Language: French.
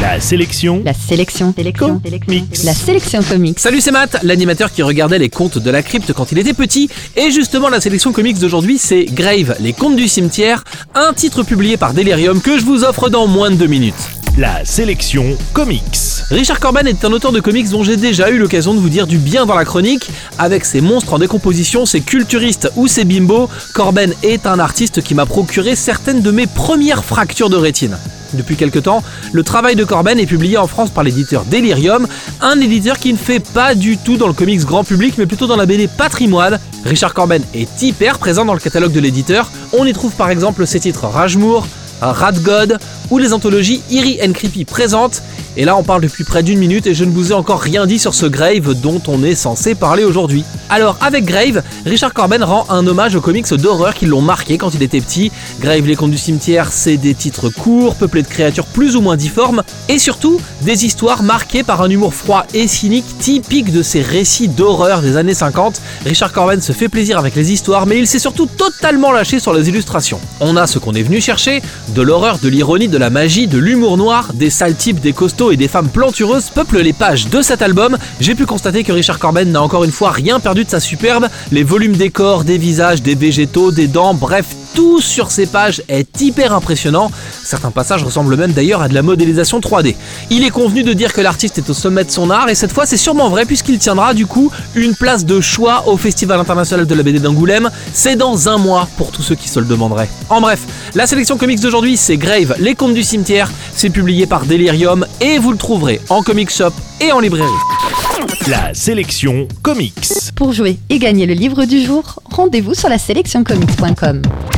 La sélection. La sélection. Comics. La sélection comics. Salut, c'est Matt, l'animateur qui regardait les contes de la crypte quand il était petit. Et justement, la sélection comics d'aujourd'hui, c'est Grave, les contes du cimetière, un titre publié par Delirium que je vous offre dans moins de 2 minutes. La sélection comics. Richard Corben est un auteur de comics dont j'ai déjà eu l'occasion de vous dire du bien dans la chronique. Avec ses monstres en décomposition, ses culturistes ou ses bimbos, Corben est un artiste qui m'a procuré certaines de mes premières fractures de rétine. Depuis quelque temps, le travail de Corben est publié en France par l'éditeur Delirium, un éditeur qui ne fait pas du tout dans le comics grand public mais plutôt dans la BD patrimoine. Richard Corben est hyper présent dans le catalogue de l'éditeur. On y trouve par exemple ses titres Rajmoor, Rat God ou les anthologies Eerie and Creepy présentes. Et là on parle depuis près d'1 minute et je ne vous ai encore rien dit sur ce Grave dont on est censé parler aujourd'hui. Alors avec Grave, Richard Corben rend un hommage aux comics d'horreur qui l'ont marqué quand il était petit. Grave, les contes du cimetière, c'est des titres courts, peuplés de créatures plus ou moins difformes et surtout des histoires marquées par un humour froid et cynique typique de ces récits d'horreur des années 50. Richard Corben se fait plaisir avec les histoires mais il s'est surtout totalement lâché sur les illustrations. On a ce qu'on est venu chercher, de l'horreur, de l'ironie, de la magie, de l'humour noir, des sales types, des costauds et des femmes plantureuses peuplent les pages de cet album. J'ai pu constater que Richard Corben n'a encore une fois rien perdu de sa superbe. Les volumes des corps, des visages, des végétaux, des dents, bref, tout sur ces pages est hyper impressionnant. Certains passages ressemblent même d'ailleurs à de la modélisation 3D. Il est convenu de dire que l'artiste est au sommet de son art et cette fois c'est sûrement vrai puisqu'il tiendra du coup une place de choix au Festival international de la BD d'Angoulême. C'est dans 1 mois pour tous ceux qui se le demanderaient. En bref, la sélection comics d'aujourd'hui c'est Grave, les contes du cimetière. C'est publié par Delirium et vous le trouverez en comic shop et en librairie. La sélection comics. Pour jouer et gagner le livre du jour, rendez-vous sur la sélectioncomics.com.